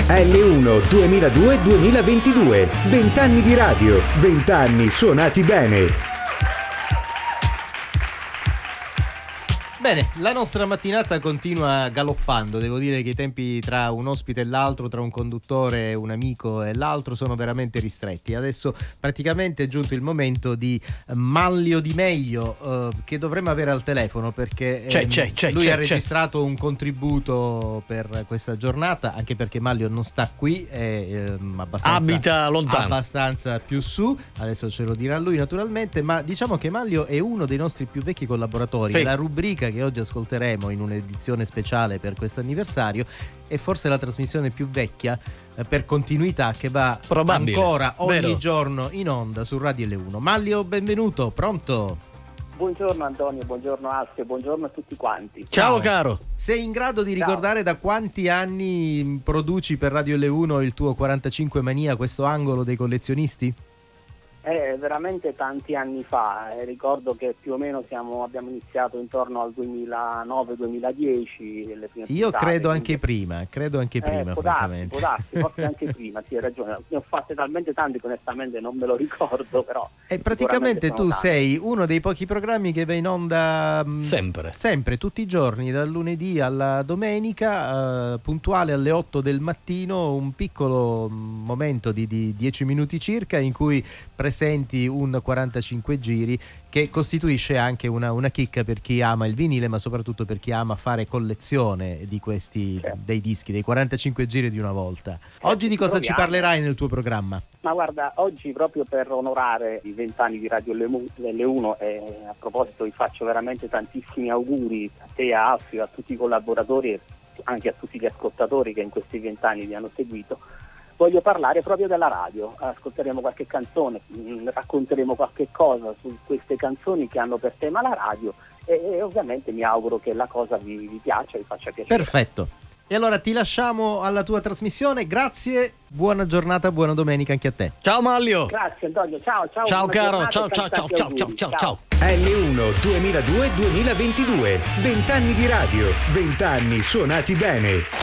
L1 2002-2022. 20 anni di radio, 20 anni suonati bene. Bene, la nostra mattinata continua galoppando. Devo dire che i tempi tra un ospite e l'altro, tra un conduttore, un amico e l'altro sono veramente ristretti. Adesso praticamente è giunto il momento di Manlio Di Meglio, che dovremmo avere al telefono perché lui ha registrato un contributo per questa giornata, anche perché Manlio non sta qui, è abita lontano, abbastanza più su. Adesso ce lo dirà lui naturalmente, ma diciamo che Manlio è uno dei nostri più vecchi collaboratori. Sì. La rubrica che oggi ascolteremo in un'edizione speciale per questo anniversario è forse la trasmissione più vecchia per continuità che va ancora ogni giorno in onda su Radio L1. Manlio, benvenuto, pronto? Buongiorno Antonio, buongiorno Alfio, buongiorno a tutti quanti. Ciao caro. Sei in grado di ricordare da quanti anni produci per Radio L1 il tuo 45 Mania, questo angolo dei collezionisti? Veramente tanti anni fa, ricordo che più o meno abbiamo iniziato intorno al 2009-2010. Io credo anche prima, può darsi, forse anche prima, sì, hai ragione. Ne ho fatte talmente tanti che onestamente non me lo ricordo, però. E praticamente tu sei uno dei pochi programmi che va in onda sempre, tutti i giorni, dal lunedì alla domenica, puntuale alle 8 del mattino, un piccolo momento di 10 minuti circa in cui presenti un 45 giri che costituisce anche una chicca per chi ama il vinile, ma soprattutto per chi ama fare collezione di questi dei dischi, dei 45 giri di una volta. Oggi di cosa ci parlerai nel tuo programma? Ma guarda, oggi proprio per onorare i 20 anni di Radio L1 a proposito vi faccio veramente tantissimi auguri a te, a Alfio, a tutti i collaboratori e anche a tutti gli ascoltatori che in questi 20 anni vi hanno seguito. Voglio parlare proprio della radio, ascolteremo qualche canzone, racconteremo qualche cosa su queste canzoni che hanno per tema la radio e ovviamente mi auguro che la cosa vi piaccia, vi faccia piacere. Perfetto. E allora ti lasciamo alla tua trasmissione, grazie, buona giornata, buona domenica anche a te. Ciao Manlio. Grazie Antonio, ciao. Ciao caro, ciao. L1 2002-2022. 20 anni di radio, 20 anni suonati bene.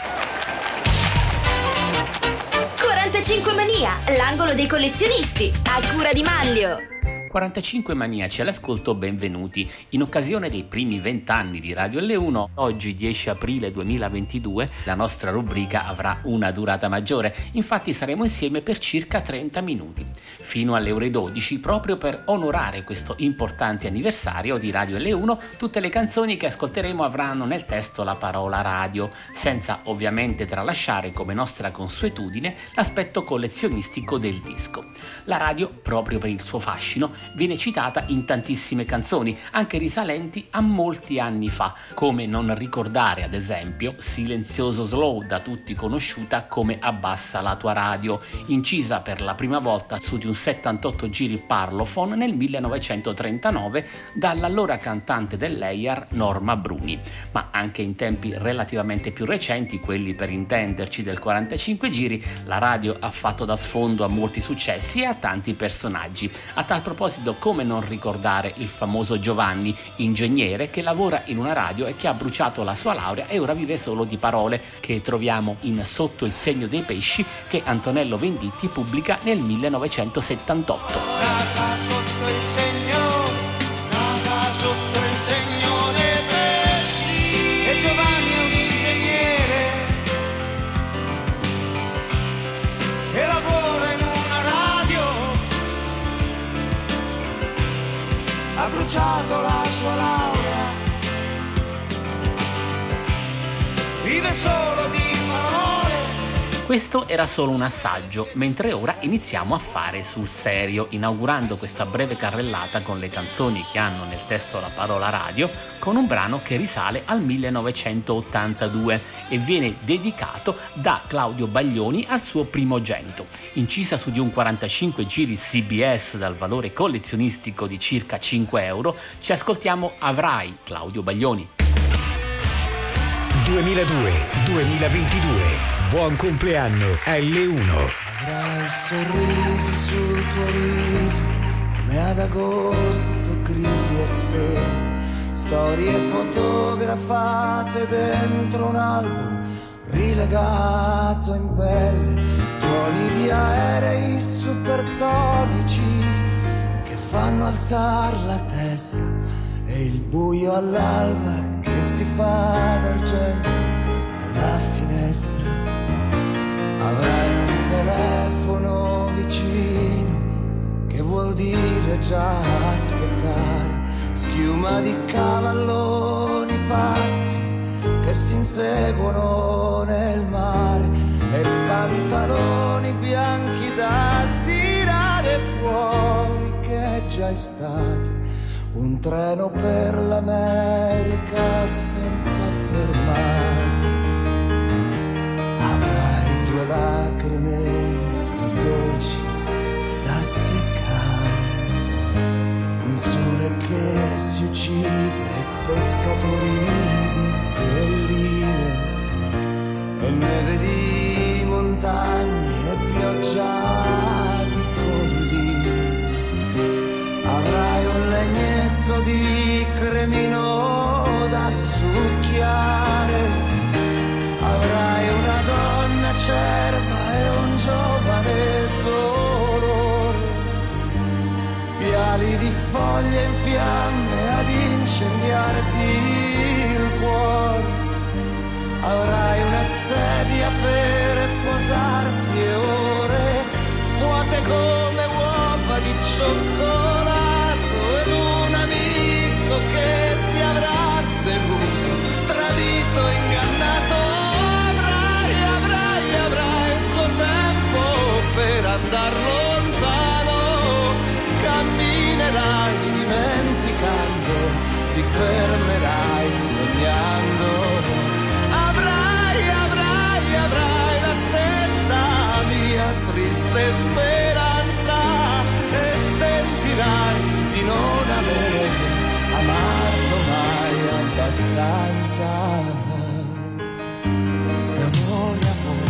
45 Mania, l'angolo dei collezionisti, a cura di Manlio. 45 maniaci all'ascolto, benvenuti. In occasione dei primi 20 anni di Radio L1, oggi 10 aprile 2022, la nostra rubrica avrà una durata maggiore. Infatti saremo insieme per circa 30 minuti, fino alle ore 12, proprio per onorare questo importante anniversario di Radio L1. Tutte le canzoni che ascolteremo avranno nel testo la parola radio, senza ovviamente tralasciare, come nostra consuetudine, l'aspetto collezionistico del disco. La radio, proprio per il suo fascino, viene citata in tantissime canzoni, anche risalenti a molti anni fa, come non ricordare ad esempio Silenzioso Slow, da tutti conosciuta come Abbassa la tua radio, incisa per la prima volta su di un 78 giri Parlophone nel 1939 dall'allora cantante dell'Eyar Norma Bruni, ma anche in tempi relativamente più recenti, quelli per intenderci del 45 giri, la radio ha fatto da sfondo a molti successi e a tanti personaggi. A tal proposito, come non ricordare il famoso Giovanni, ingegnere che lavora in una radio e che ha bruciato la sua laurea e ora vive solo di parole, che troviamo in Sotto il segno dei pesci, che Antonello Venditti pubblica nel 1978. Nata sotto il segno dei pesci, e Giovanni è un ingegnere e lavora in una radio. Ha bruciato la sua laurea, vive solo di parole. Questo era solo un assaggio, mentre ora iniziamo a fare sul serio, inaugurando questa breve carrellata con le canzoni che hanno nel testo la parola radio, con un brano che risale al 1982 e viene dedicato da Claudio Baglioni al suo primogenito. Incisa su di un 45 giri CBS dal valore collezionistico di circa 5 euro, ci ascoltiamo Avrai, Claudio Baglioni. 2002-2022. Buon compleanno L1. Avrai sorrisi sul tuo viso, come ad agosto grilli e stelle, storie fotografate dentro un album, rilegato in pelle, tuoni di aerei supersonici che fanno alzare la testa, e il buio all'alba che si fa d'argento alla finestra. Avrai un telefono vicino, che vuol dire già aspettare, schiuma di cavalloni pazzi che si inseguono nel mare, e pantaloni bianchi da tirare fuori, che è già estate, un treno per l'America senza fermate. Avrai 2 lacrime più dolci da seccare, un sole che si uccide, pescatori di telline, e neve di montagne e pioggia di colline. Avrai un legnetto di cremino da succhiare, avrai una donna acerba e un giovane dolore, viali di foglie in fiamme ad incendiarti il cuore. Avrai una sedia per posarti e ore vuote come uova di cioccolato, ed un amico che ti avrà deluso, tradito, ingannato. Avrai il tuo tempo per andar lontano, camminerai dimenticando, ti fermerai sognando. Avrai la stessa mia triste speranza, e sentirai di non aver amato mai abbastanza. Se amore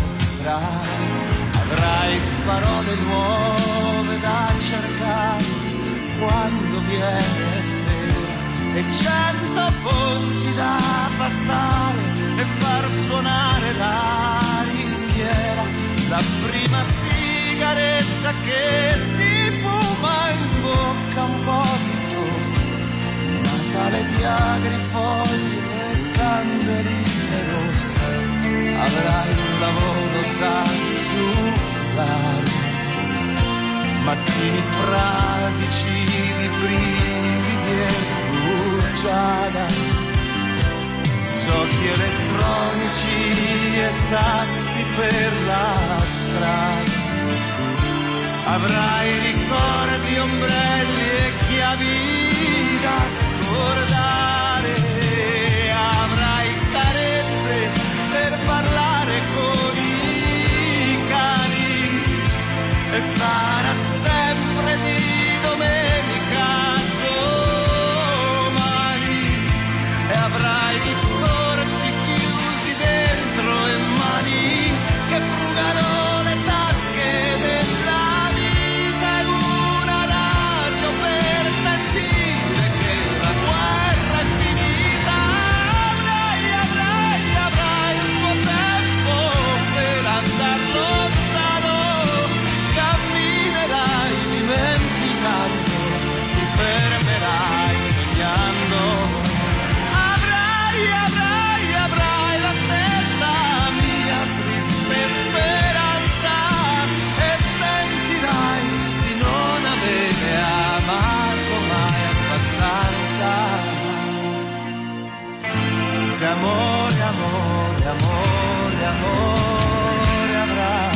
avrai parole nuove da cercare quando viene sera, e 100 ponti da passare e far suonare la ringhiera, la prima sigaretta che ti fuma in bocca un po' di tosse, Natale di agrifoglie e candeline rosse. Avrai un lavoro da sudare, mattini fradici di brividi e rugiada, giochi elettronici e sassi per la strada. Avrai ricordi, ombrelli e chiavi da scordare, avrai carezze per parlare con i cani, e sarà sempre di domenica domani, e avrai discorsi chiusi dentro e mani che frugano le tasche della vita, ed una radio per sentire che la guerra è finita. Avrai il tuo tempo per andar lontano, camminerai dimenticando, ti fermerai sognando. Avrai la stessa mia triste speranza, e sentirai di non avere amato mai abbastanza. Se amore avrai.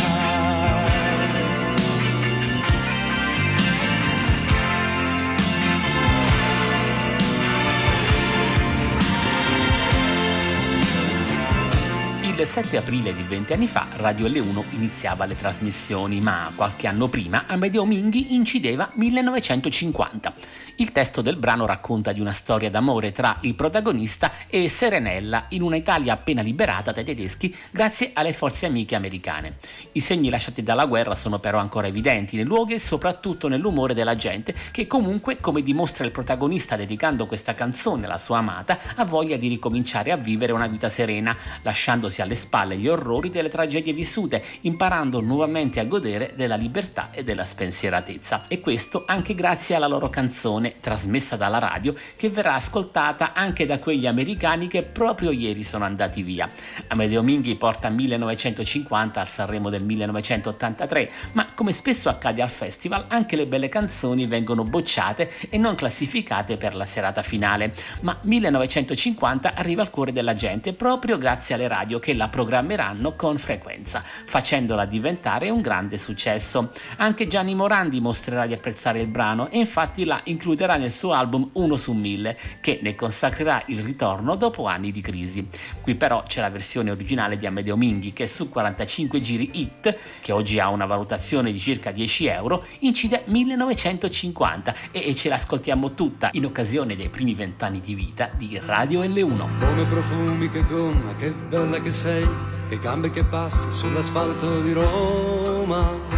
Il 7 aprile di 20 anni fa Radio L1 iniziava le trasmissioni, ma qualche anno prima Amedeo Minghi incideva 1950. Il testo del brano racconta di una storia d'amore tra il protagonista e Serenella in una Italia appena liberata dai tedeschi grazie alle forze amiche americane. I segni lasciati dalla guerra sono però ancora evidenti nei luoghi e soprattutto nell'umore della gente, che comunque, come dimostra il protagonista dedicando questa canzone alla sua amata, ha voglia di ricominciare a vivere una vita serena, lasciandosi alle spalle gli orrori delle tragedie vissute, imparando nuovamente a godere della libertà e della spensieratezza. E questo anche grazie alla loro canzone trasmessa dalla radio, che verrà ascoltata anche da quegli americani che proprio ieri sono andati via. Amedeo Minghi porta 1950 al Sanremo del 1983, ma come spesso accade al festival anche le belle canzoni vengono bocciate e non classificate per la serata finale. Ma 1950 arriva al cuore della gente proprio grazie alle radio che la programmeranno con frequenza, facendola diventare un grande successo. Anche Gianni Morandi mostrerà di apprezzare il brano e infatti la includerà nel suo album 1 su 1000, che ne consacrerà il ritorno dopo anni di crisi. Qui però c'è la versione originale di Amedeo Minghi che su 45 giri hit, che oggi ha una valutazione di circa 10 euro, incide 1950 e ce l'ascoltiamo tutta in occasione dei primi 20 anni di vita di Radio L1. Come profumi, che gomma, che bella che sei, che gambe che passi sull'asfalto di Roma.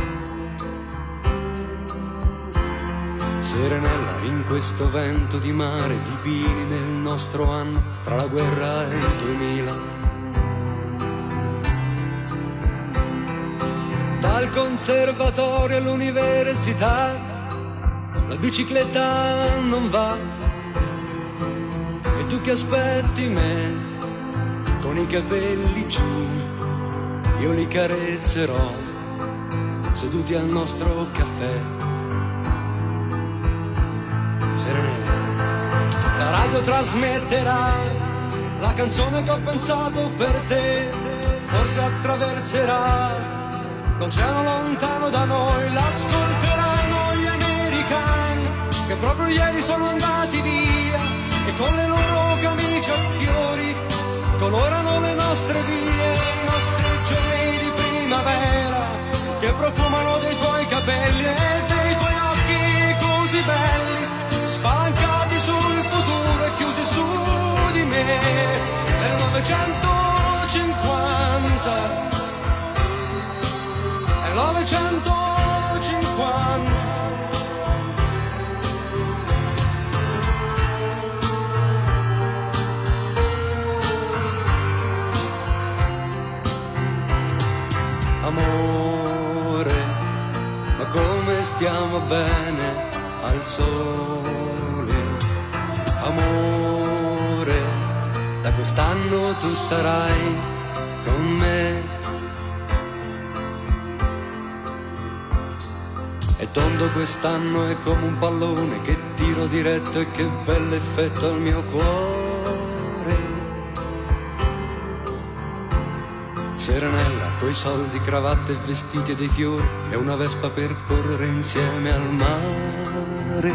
Serenella in questo vento di mare, di pini nel nostro anno, tra la guerra e il 2000. Dal conservatorio all'università, la bicicletta non va. E tu che aspetti me, con i capelli giù, io li carezzerò, seduti al nostro caffè. Serenella, la radio trasmetterà la canzone che ho pensato per te, forse attraverserà l'oceano lontano da noi, l'ascolteranno gli americani che proprio ieri sono andati via e con le loro camicie a fiori colorano le nostre vie, i nostri giorni di primavera che profumano dei tuoi capelli e dei tuoi occhi così belli, spalancati sul futuro e chiusi su di me. Nel 950, nel 950. Amore, ma come stiamo bene al sole. Amore, da quest'anno tu sarai con me. È tondo quest'anno, è come un pallone che tiro diretto e che bell'effetto al mio cuore. Serenella, coi soldi, cravatte e vestiti e dei fiori, e una Vespa per correre insieme al mare.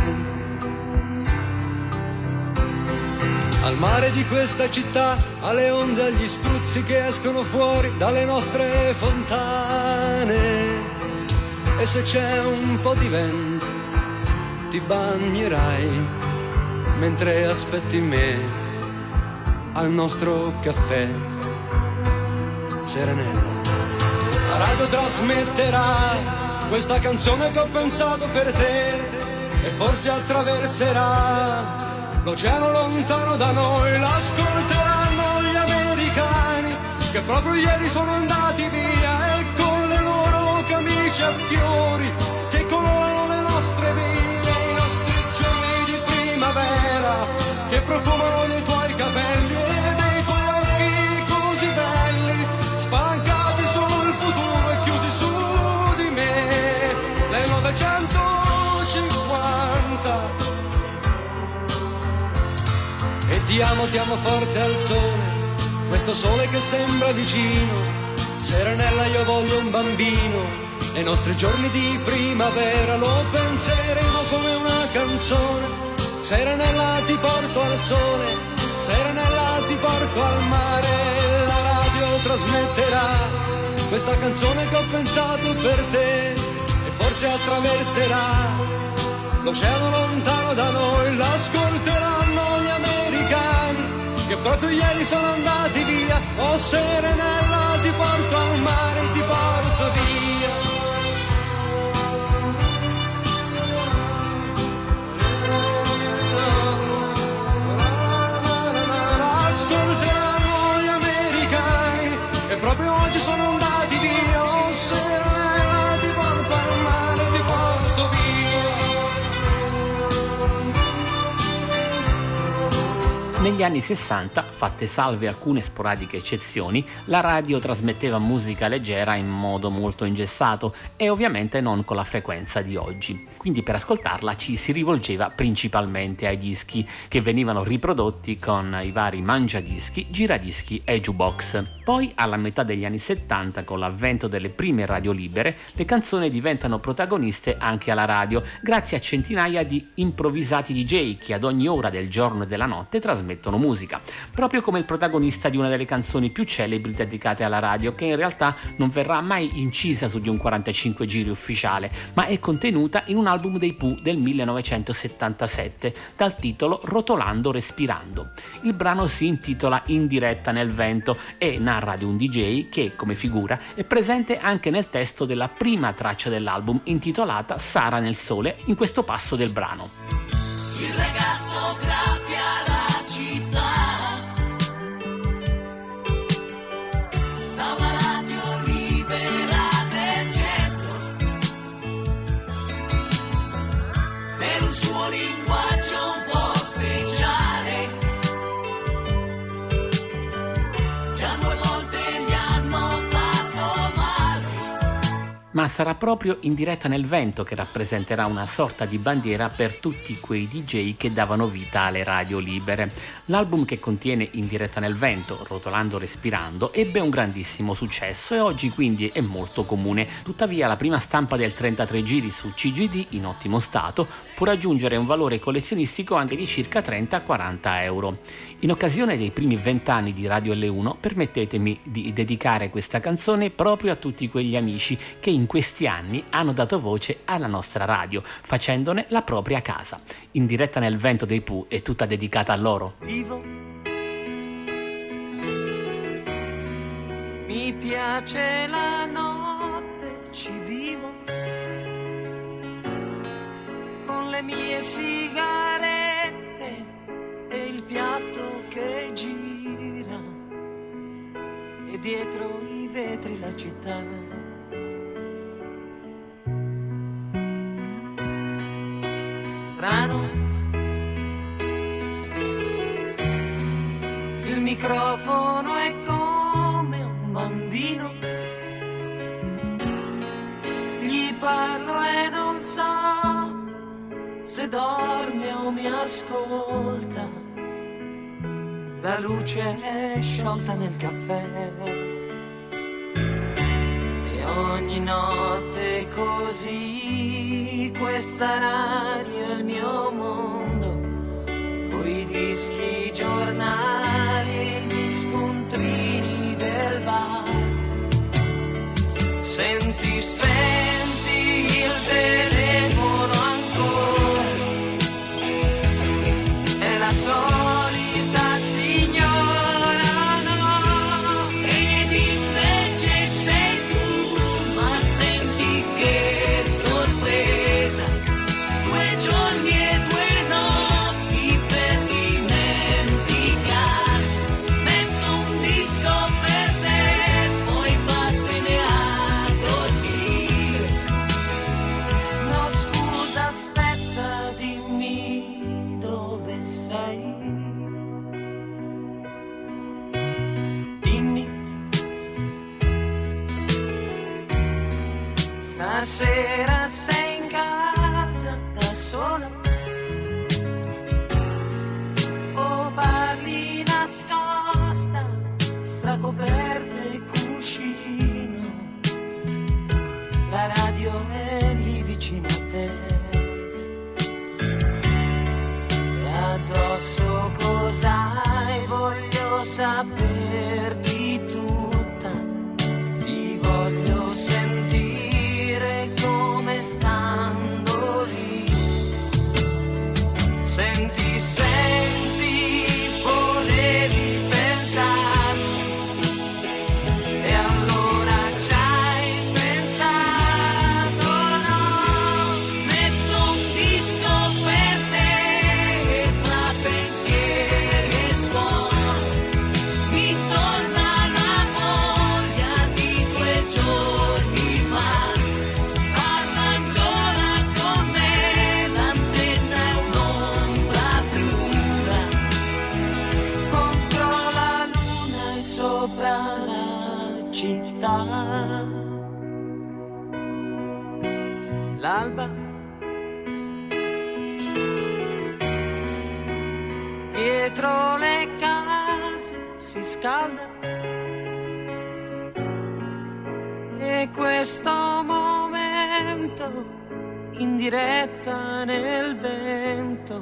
Al mare di questa città, alle onde, agli spruzzi che escono fuori dalle nostre fontane. E se c'è un po' di vento, ti bagnerai mentre aspetti me al nostro caffè. Serenella, la radio trasmetterà questa canzone che ho pensato per te e forse attraverserà l'oceano lontano da noi, l'ascolteranno gli americani che proprio ieri sono andati via e con le loro camicie a fiori che colorano le nostre vie, i nostri giorni di primavera che profumano dei tuoi capelli e dei tuoi occhi così belli, spalancati sul futuro e chiusi su di me. Nel 950 e ti amo forte al sole, questo sole che sembra vicino. Serenella, io voglio un bambino, nei nostri giorni di primavera lo penseremo come una canzone. Serenella, ti porto al sole, Serenella, ti porto al mare. La radio trasmetterà questa canzone che ho pensato per te e forse attraverserà l'oceano lontano da noi, l'ascolteranno gli americani che proprio ieri sono andati via. Oh Serenella, ti porto al mare, ti porto via. Ascolteranno gli americani che Negli anni 60, fatte salve alcune sporadiche eccezioni, la radio trasmetteva musica leggera in modo molto ingessato e ovviamente non con la frequenza di oggi. Quindi per ascoltarla ci si rivolgeva principalmente ai dischi che venivano riprodotti con i vari mangiadischi, giradischi e jukebox. Poi alla metà degli anni 70, con l'avvento delle prime radio libere, le canzoni diventano protagoniste anche alla radio, grazie a centinaia di improvvisati DJ che ad ogni ora del giorno e della notte trasmettono musica, proprio come il protagonista di una delle canzoni più celebri dedicate alla radio, che in realtà non verrà mai incisa su di un 45 giri ufficiale, ma è contenuta in un album dei Pooh del 1977 dal titolo Rotolando Respirando. Il brano si intitola In diretta nel vento e narra di un DJ che, come figura, è presente anche nel testo della prima traccia dell'album intitolata Sara nel sole, in questo passo del brano. Il ragazzo graffia la città da una radio libera del centro, per un suo linguaggio un po' speciale. Già 2 volte gli hanno fatto male. Ma sarà proprio In diretta nel vento che rappresenterà una sorta di bandiera per tutti quei DJ che davano vita alle radio libere. L'album, che contiene In diretta nel vento, Rotolando Respirando, ebbe un grandissimo successo e oggi quindi è molto comune. Tuttavia la prima stampa del 33 giri su CGD in ottimo stato può raggiungere un valore collezionistico anche di circa 30-40 euro. In occasione dei primi 20 anni di Radio L1, permettetemi di dedicare questa canzone proprio a tutti quegli amici che in questi anni hanno dato voce alla nostra radio, facendone la propria casa. In diretta nel vento dei Pooh è tutta dedicata a loro. Vivo, mi piace la notte, ci vivo, con le mie sigarette e il piatto che gira, e dietro i vetri la città. Strano, il microfono è come un bambino, gli parlo e non so se dorme o mi ascolta, la luce è sciolta nel caffè e ogni notte così questa radio è il mio mondo, coi dischi, giornali e gli scontrini del bar. Senti, senti il telefono ancora, è la solita signora, no, ed invece sei tu, ma senti che sorpresa, 2 giorni e 2 notti per dimenticare, metto un disco per te, poi vattene a dormire. No scusa, aspetta, dimmi dove sei. Dimmi, stasera sei in casa da sola o parli nascosta fra coperte e cuscino, la radio è lì vicino a te e addosso cos'hai, voglio saperti tutta, ti voglio sentire come stando lì. Senti, senti, volevi pensarci e allora ci hai pensato, no, metto un disco per te e tra pensieri e suoni mi torna l'alba, dietro le case si scalda, e questo momento in diretta nel vento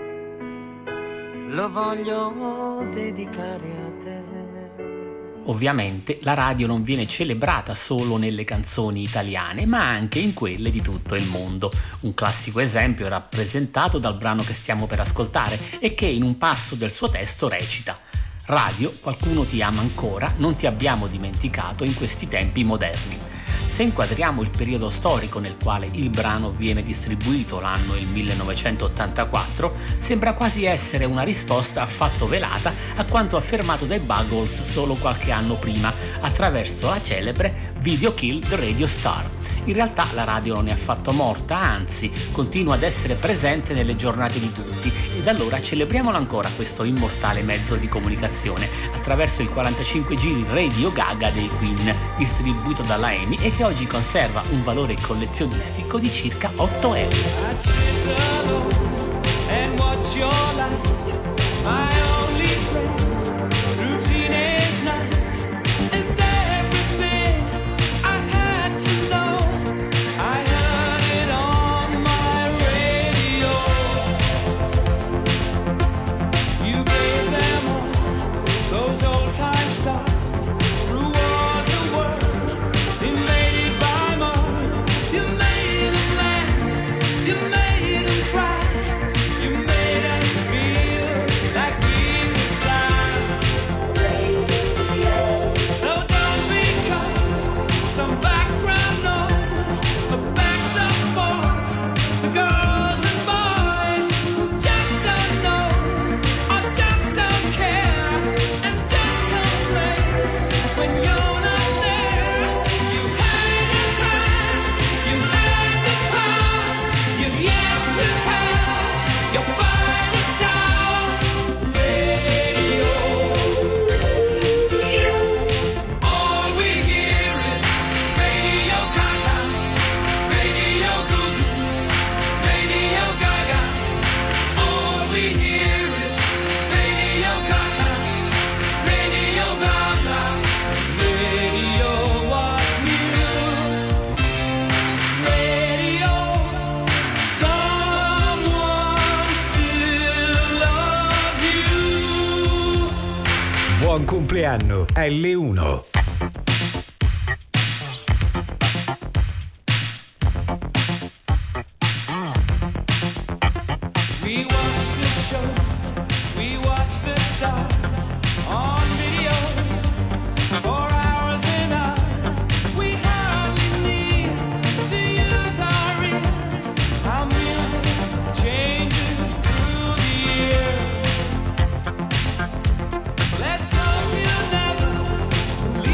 lo voglio dedicare a te. Ovviamente la radio non viene celebrata solo nelle canzoni italiane, ma anche in quelle di tutto il mondo. Un classico esempio è rappresentato dal brano che stiamo per ascoltare e che in un passo del suo testo recita: Radio, qualcuno ti ama ancora, non ti abbiamo dimenticato in questi tempi moderni. Se inquadriamo il periodo storico nel quale il brano viene distribuito, l'anno il 1984, sembra quasi essere una risposta affatto velata a quanto affermato dai Buggles solo qualche anno prima, attraverso la celebre Video Kill the Radio Star. In realtà la radio non è affatto morta, anzi, continua ad essere presente nelle giornate di tutti, ed allora celebriamolo ancora questo immortale mezzo di comunicazione attraverso il 45 giri Radio Gaga dei Queen, distribuito dalla EMI e che oggi conserva un valore collezionistico di circa 8 euro. Buon compleanno L1. We watch the shows, we watch the stars on videos for hours and hours. We hardly need to use our ears. Our music changes through the year. Let's hope you never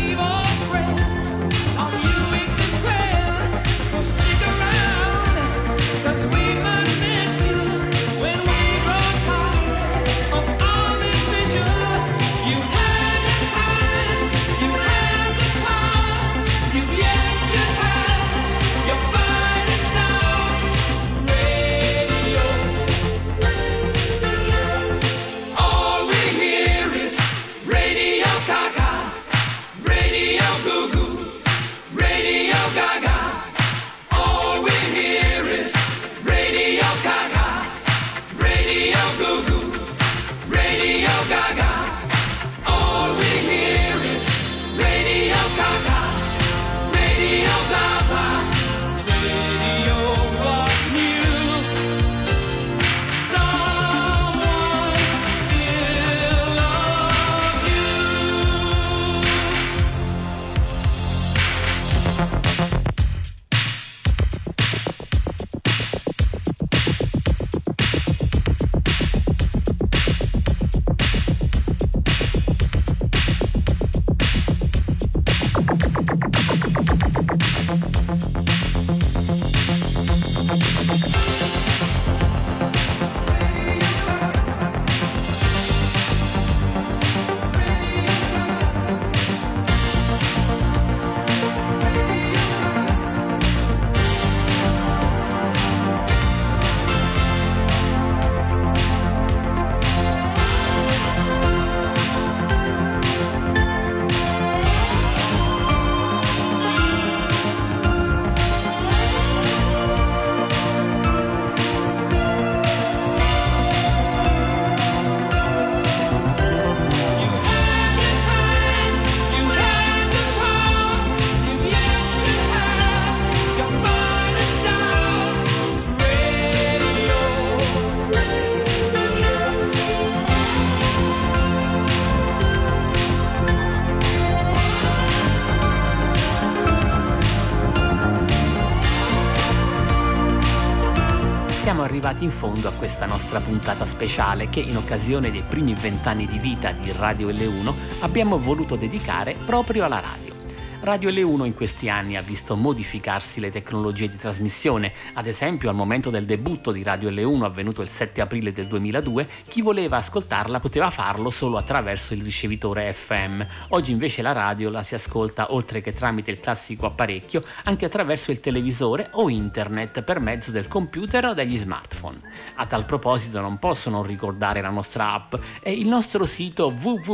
siamo arrivati in fondo a questa nostra puntata speciale che in occasione dei primi 20 anni di vita di Radio L1 abbiamo voluto dedicare proprio alla radio. Radio L1 in questi anni ha visto modificarsi le tecnologie di trasmissione. Ad esempio, al momento del debutto di Radio L1, avvenuto il 7 aprile del 2002, chi voleva ascoltarla poteva farlo solo attraverso il ricevitore FM. Oggi invece la radio la si ascolta, oltre che tramite il classico apparecchio, anche attraverso il televisore o internet per mezzo del computer o degli smartphone. A tal proposito non posso non ricordare la nostra app e il nostro sito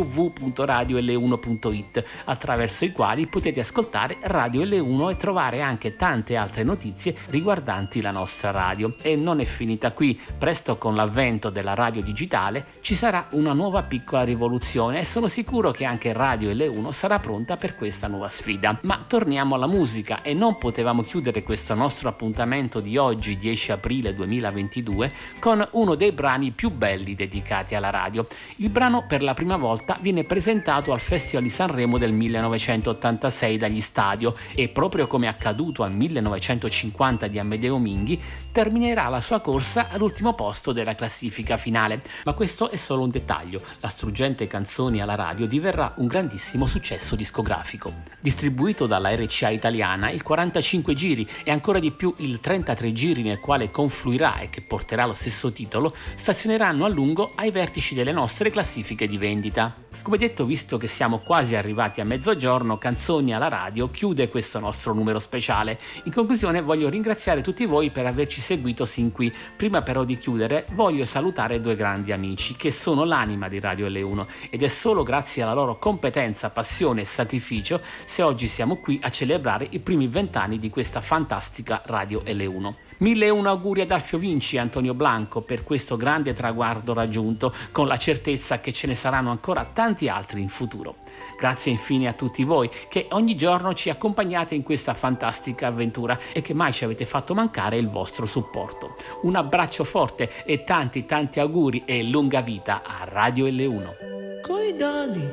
www.radiol1.it, attraverso i quali potete ascoltare Radio L1 e trovare anche tante altre notizie riguardanti la nostra radio. E non è finita qui, presto con l'avvento della radio digitale ci sarà una nuova piccola rivoluzione e sono sicuro che anche Radio L1 sarà pronta per questa nuova sfida. Ma torniamo alla musica e non potevamo chiudere questo nostro appuntamento di oggi, 10 aprile 2022, con uno dei brani più belli dedicati alla radio. Il brano per la prima volta viene presentato al Festival di Sanremo del 1986 dagli Stadio e, proprio come accaduto al 1950 di Amedeo Minghi, terminerà la sua corsa all'ultimo posto della classifica finale. Ma questo è solo un dettaglio: la struggente Canzoni alla radio diverrà un grandissimo successo discografico. Distribuito dalla RCA italiana, il 45 giri e ancora di più il 33 giri nel quale confluirà e che porterà lo stesso titolo stazioneranno a lungo ai vertici delle nostre classifiche di vendita. Come detto, visto che siamo quasi arrivati a mezzogiorno, Canzoni alla radio chiude questo nostro numero speciale. In conclusione voglio ringraziare tutti voi per averci seguito sin qui. Prima però di chiudere voglio salutare due grandi amici che sono l'anima di Radio L1 ed è solo grazie alla loro competenza, passione e sacrificio se oggi siamo qui a celebrare i primi 20 anni di questa fantastica Radio L1. 1001 auguri ad Alfio Vinci e Antonio Blanco per questo grande traguardo raggiunto, con la certezza che ce ne saranno ancora tanti altri in futuro. Grazie infine a tutti voi che ogni giorno ci accompagnate in questa fantastica avventura e che mai ci avete fatto mancare il vostro supporto. Un abbraccio forte e tanti auguri e lunga vita a Radio L1. Coi dadi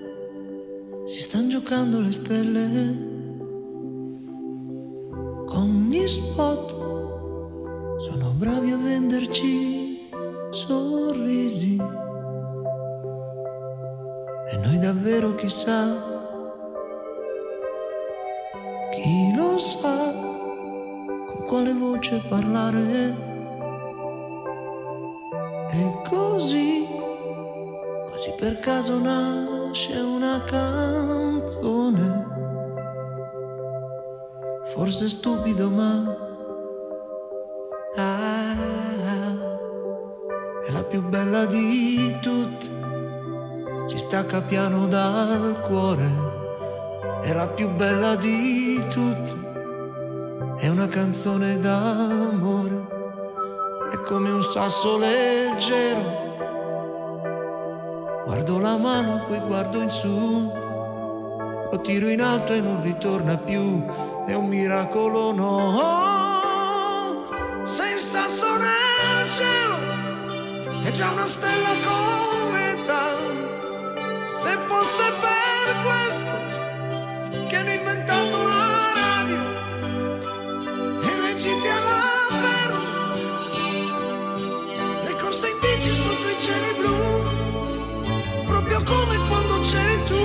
si stanno giocando le stelle, con gli spot sono bravi a venderci sorrisi. E noi davvero chissà, chi lo sa con quale voce parlare. E così per caso nasce una canzone. Forse stupido ma è la più bella di tutte, ci stacca piano dal cuore, è la più bella di tutte, è una canzone d'amore, è come un sasso leggero, guardo la mano poi guardo in su, lo tiro in alto e non ritorna più, è un miracolo no. Se il sasso nel cielo è già una stella cometa, se fosse per questo che hanno inventato la radio e le gite all'aperto, le corse in bici sotto i cieli blu, proprio come quando c'eri tu.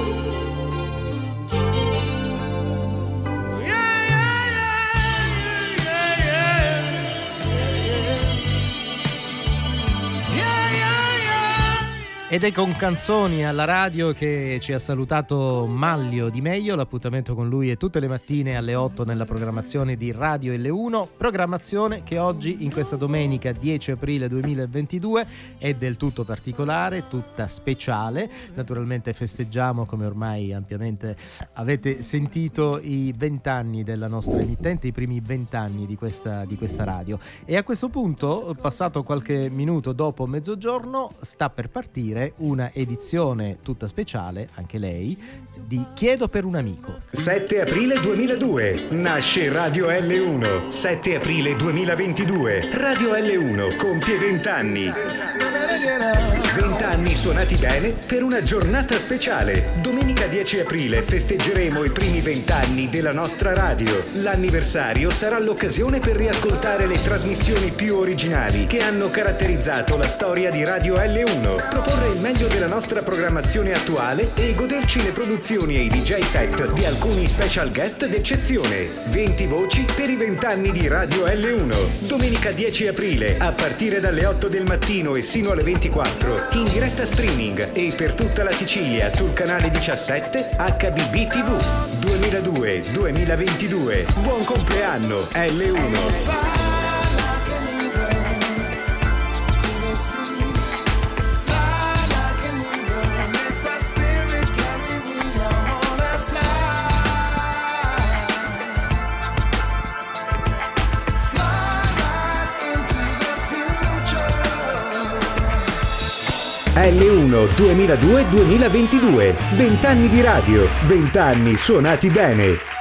Ed è con Canzoni alla radio che ci ha salutato Manlio Di Meglio. L'appuntamento con lui è tutte le mattine alle 8 nella programmazione di Radio L1, programmazione che oggi, in questa domenica 10 aprile 2022, è del tutto particolare, tutta speciale. Naturalmente festeggiamo, come ormai ampiamente avete sentito, i 20 anni della nostra emittente, i primi 20 anni di questa radio. E a questo punto, passato qualche minuto dopo mezzogiorno, sta per partire sentire una edizione tutta speciale, anche lei, di Chiedo per un amico. 7 aprile 2002 nasce Radio L1. 7 aprile 2022 Radio L1 compie 20 anni. 20 anni suonati bene per una giornata speciale. Domenica 10 aprile festeggeremo i primi 20 anni della nostra radio. L'anniversario sarà l'occasione per riascoltare le trasmissioni più originali che hanno caratterizzato la storia di Radio L1, proporre il meglio della nostra programmazione attuale e goderci le produzioni e i DJ set di alcuni special guest d'eccezione. 20 voci per i 20 anni di Radio L1. Domenica 10 aprile a partire dalle 8 del mattino e sino alle 24 in diretta streaming e per tutta la Sicilia sul canale 17 HBB TV. 2002-2022. Buon compleanno L1. L1 2002-2022. 20 anni di radio, 20 anni suonati bene.